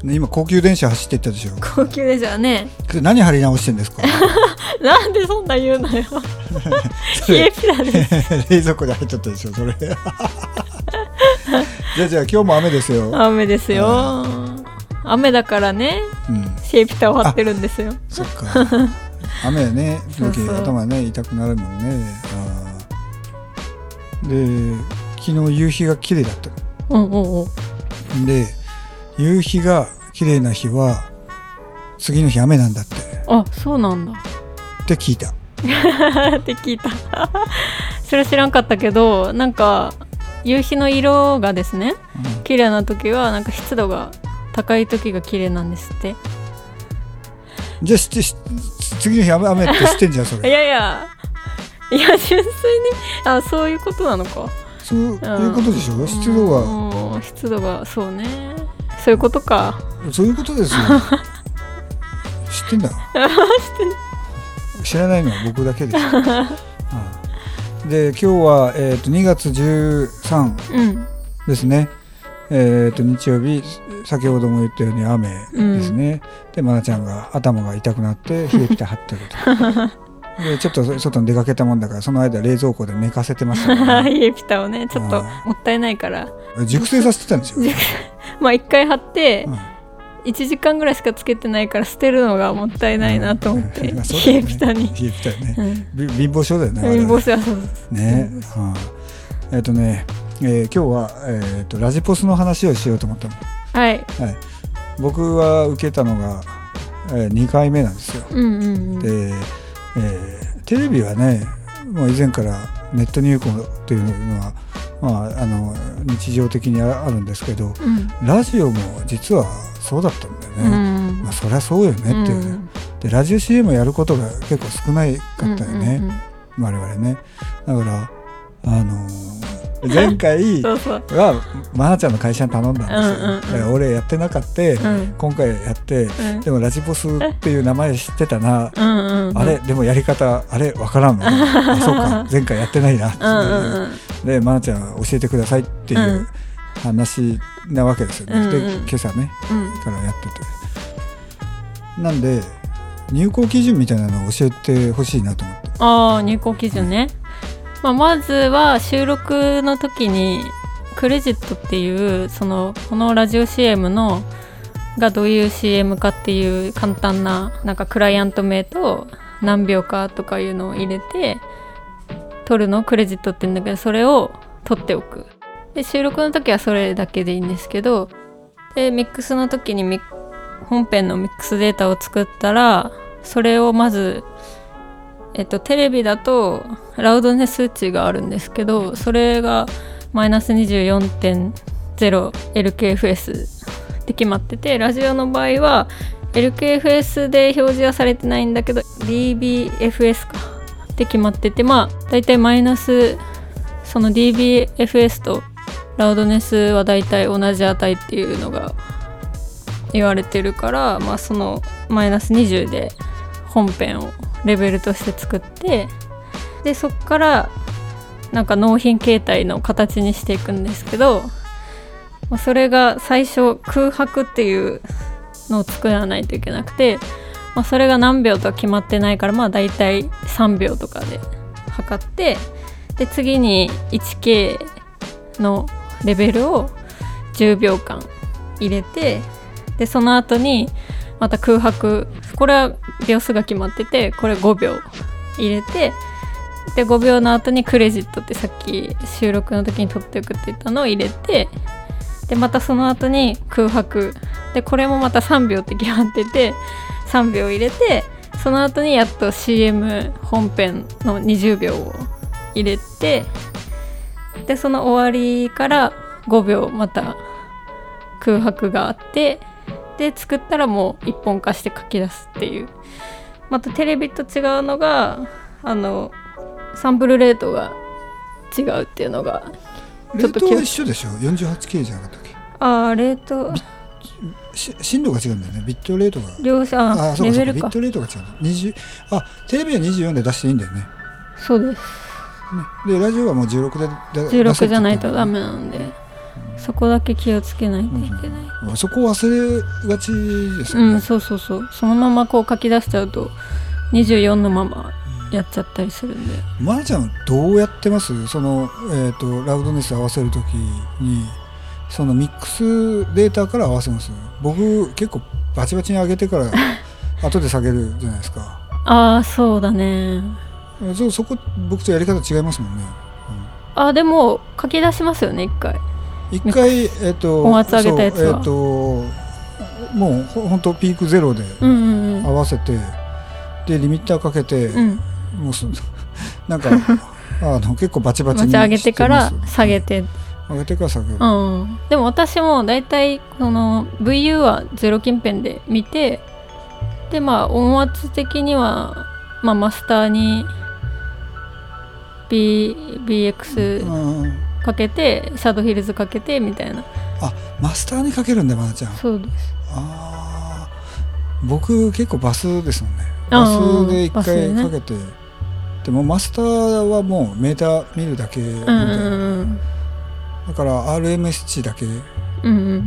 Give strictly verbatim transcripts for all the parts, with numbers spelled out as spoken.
今高級電車走っていったでしょ。 高級電車ね。 何貼り直してんですか。 なんでそんな言うのよ。冷えピラです。 冷蔵庫で入っちゃったでしょそれ。じゃあじゃあ今日も雨ですよ。 雨ですよ。雨だからね、うん、冷えピタを貼ってるんですよ。 そっか。雨やね、時頭ね痛くなるもんね。あで昨日夕日が綺麗だった。 うんうんうん。 で夕日が綺麗な日は次の日雨なんだって。 あ、そうなんだって聞いた。 って聞いた。それ知らんかったけど、なんか夕日の色がですね、うん、綺麗な時はなんか湿度が高い時が綺麗なんですって。 じゃあしし次の日雨雨って知ってんじゃんそれ。 いやいやいや純粋にあそういうことなのか。 そういうことでしょ。湿度が湿度がそうね、そういうことか。 そういうことですよ。知ってんだ。知ってん知らないのは僕だけです。うん、で今日は、えー、とにがつじゅうさんですね、うん、えー、と日曜日、先ほども言ったように雨ですね、うん、でまなちゃんが頭が痛くなって冷えピタ張ってると。でちょっと外に出かけたもんだからその間冷蔵庫で寝かせてましたから、ね、 冷えピタをねちょっともったいないから熟成させてたんですよ。 まあいっかい貼って、うんいちじかんぐらいしかつけてないから捨てるのがもったいないなと思って、うんね、冷えピタに冷えピタね、うん、貧乏症だよね。 貧乏症はそうですね。はあ、えっ、ー、とね、えー、今日は、えー、とラジポスの話をしようと思ったの。 はい、 はい、僕は受けたのが、えー、にかいめなんですよ、 うんうんうん、 で、えー、テレビはねもう以前からネット入稿というのは、まあ、あの日常的にあるんですけど、うん、ラジオも実はそうだったんだよね、うんまあ、そりゃそうよねっていう、うん、でラジオ シーエム やることが結構少ないかったよね、うんうんうん、我々ね。だからあのー、前回はまなちゃんの会社に頼んだんですよ、うんうんうん、だから俺やってなかった、うん、今回やって、うん、でもラジポスっていう名前知ってたな、うんうんうん、あれでもやり方あれわからんのあそうか前回やってないなって、うんうんうん、でまなちゃん教えてくださいっていう話なわけですよね、うんうん、で今朝ね、うん、からやっててなんで入稿基準みたいなのを教えてほしいなと思って。 ああ入稿基準ね、まあ、まずは収録の時にクレジットっていうそのこのラジオ シーエム のがどういう シーエム かっていう簡単ななんかクライアント名と何秒かとかいうのを入れて撮るのをクレジットって言うんだけどそれを撮っておく。で収録の時はそれだけでいいんですけどでミックスの時にミ本編のミックスデータを作ったらそれをまずえっと、テレビだとラウドネス数値があるんですけどそれがマイナス にじゅうよんてんゼロエルケーエフエス って決まっててラジオの場合は エルケーエフエス で表示はされてないんだけど ディービーエフエス かって決まっててまあだいたいマイナスその ディービーエフエス とラウドネスはだいたい同じ値っていうのが言われてるからまあそのマイナスにじゅうで本編をレベルとして作ってでそっからなんか納品形態の形にしていくんですけどそれが最初空白っていうのを作らないといけなくて、まあ、それが何秒とは決まってないからまあだいたいさんびょうとかで測ってで次に ワンケー のレベルをじゅうびょうかん入れてでその後にまた空白これは秒数が決まっててこれごびょう入れてでごびょうの後にクレジットってさっき収録の時に取っておくって言ったのを入れてでまたその後に空白でこれもまたさんびょうって決まっててさんびょう入れてその後にやっと シーエム 本編のにじゅうびょうを入れてでその終わりからごびょうまた空白があってで作ったらもう一本化して書き出すっていうまたテレビと違うのがあのサンプルレートが違うっていうのがちょっとレートは一緒でしょ よんじゅうはちケー じゃなかったっけ。 ああレート進度が違うんだよねビットレートが両者ああそうかそうかビットレートが違うにじゅうあテレビはにじゅうよんで出していいんだよね。 そうです、 ね、でラジオはもうじゅうろくでじゅうろくじゃないとダメなんで、うん、 そこだけ気をつけないといけない、 うんうん、そこ忘れがちですよね。 うん、そうそうそう。そのままこう書き出しちゃうとにじゅうよんのままやっちゃったりするんで。 まなちゃんどうやってますその、えー、とラウドネス合わせるときにそのミックスデータから合わせます？僕結構バチバチに上げてから後で下げるじゃないですか。 ああ、そうだね。 そ, そこ僕とやり方違いますもんね、 うん、あでも書き出しますよね一回一回えっ、ー、と音圧上げたやつは、 えー、ともうほんとピークゼロで合わせて、うんうんうん、でリミッターかけて、うん、もうなんかあの結構バチバチに上げてから下げて上げてから下げる、 うん、でも私もだいたいこの ブイユー はゼロ近辺で見て、でまあ音圧的には、まあ、マスターに B、ビーエックス かけて、うん、シャドウヒルズかけてみたいな。 あ、マスターにかけるんだまなちゃん。 そうです。 あ僕結構バスですもんね。バスで一回かけて、ね、でもマスターはもうメーター見るだけみたいな、うんうんうん、だから アールエムエス 値だけ、うんうん、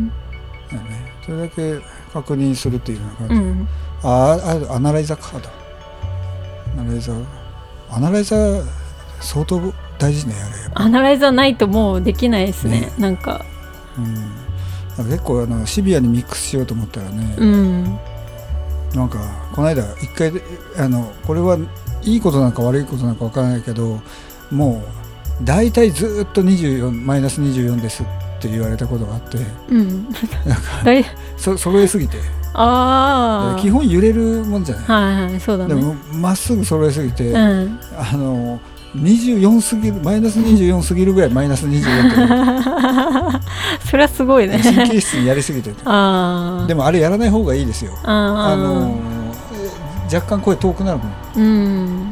だね、それだけ確認するっていうような感じ、うん、ああアナライザーカードアナライザーアナライザー相当大事ね。あれアナライザーないともうできないですね、ね、なんか、 うん、なんか結構あのシビアにミックスしようと思ったらね、うん、なんかこの間一回あのこれはいいことなのか悪いことなのか分からないけど、もう大体ずっとにじゅうよんマイナスにじゅうよんですって言われたことがあって、うん、なんかそ揃えすぎて、あ基本揺れるもんじゃない、はいはい、そうだね、でもまっすぐ揃えすぎて、うん、あのにじゅうよんすぎるマイナスにじゅうよんすぎるぐらいマイナスにじゅうよんってそれはすごいね。 神経質にやりすぎててあでもあれやらない方がいいですよ。ああの若干声遠くなるもん、うん、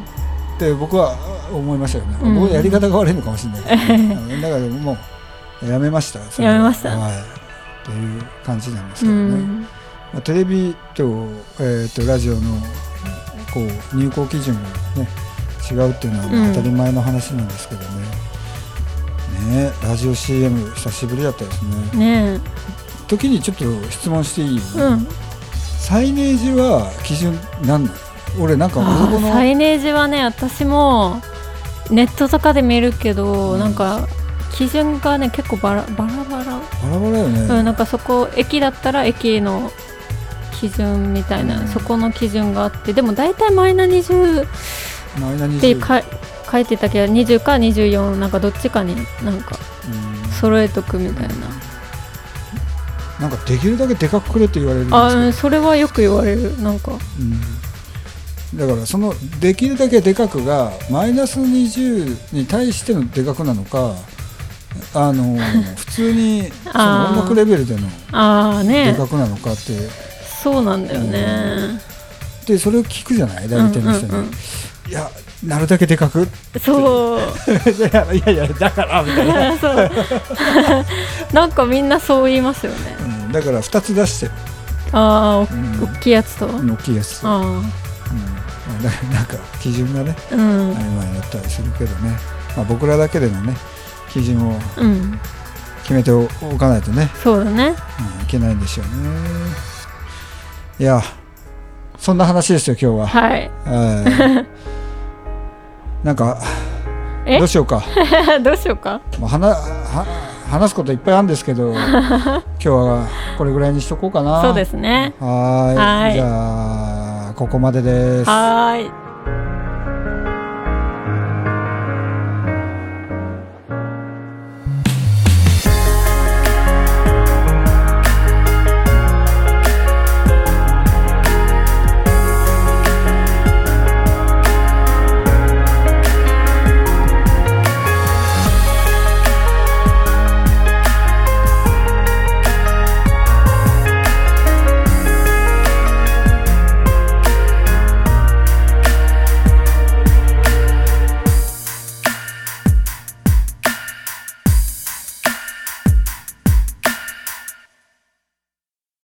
って僕は思いましたよね、うん、僕はやり方が悪いのかもしれないけど、ね、だからもうやめました。 やめました、 はい、っていう感じなんですけどね、うんまあ、テレビと、えー、とラジオのこう入稿基準がね違うっていうのは当たり前の話なんですけどね、うん、ねラジオ シーエム 久しぶりだったですね。ね時にちょっと質問していい、うん、サイネージは基準なんだ。俺なんか男のサイネージはね私もネットとかで見るけど、うん、なんか基準がね結構バラバラバラバラバラよね、 うん、なんかそこ駅だったら駅の基準みたいな、うん、そこの基準があって、でも大体マイナにじゅうってか書いてたけどにじゅうかにじゅうよんなんかどっちかになんか揃えとくみたいな、うん、 なんかできるだけでかくくれって言われるんですけど、 あ、うん、それはよく言われる。なんか、 うん、だからそのできるだけでかくがマイナスにじゅうに対してのでかくなのか、あの普通にその音楽レベルでのでかくなのかって、ね、 そうなんだよね、 うん、でそれを聞くじゃない代理店の人に、うんうんうん、いやなるだけでかくそういやいやだからみたいなそうなんかみんなそう言いますよね、 うん、だからふたつ出してる。 ああ、うん、大きいやつと大きいやつと、あ、うん、なんか基準がね、うん、曖昧だったりするけどね、まあ、僕らだけでのね基準を決めておかないとね、 うん、そうだね、うん、いけないんでしょうね。いやそんな話ですよ今日は。 はい、 はいなんかどうしようかどうしようか、 まあ、はなは話すこといっぱいあるんですけど今日はこれぐらいにしとこうかな。 そうですね。 はい、じゃあここまでです。 はい。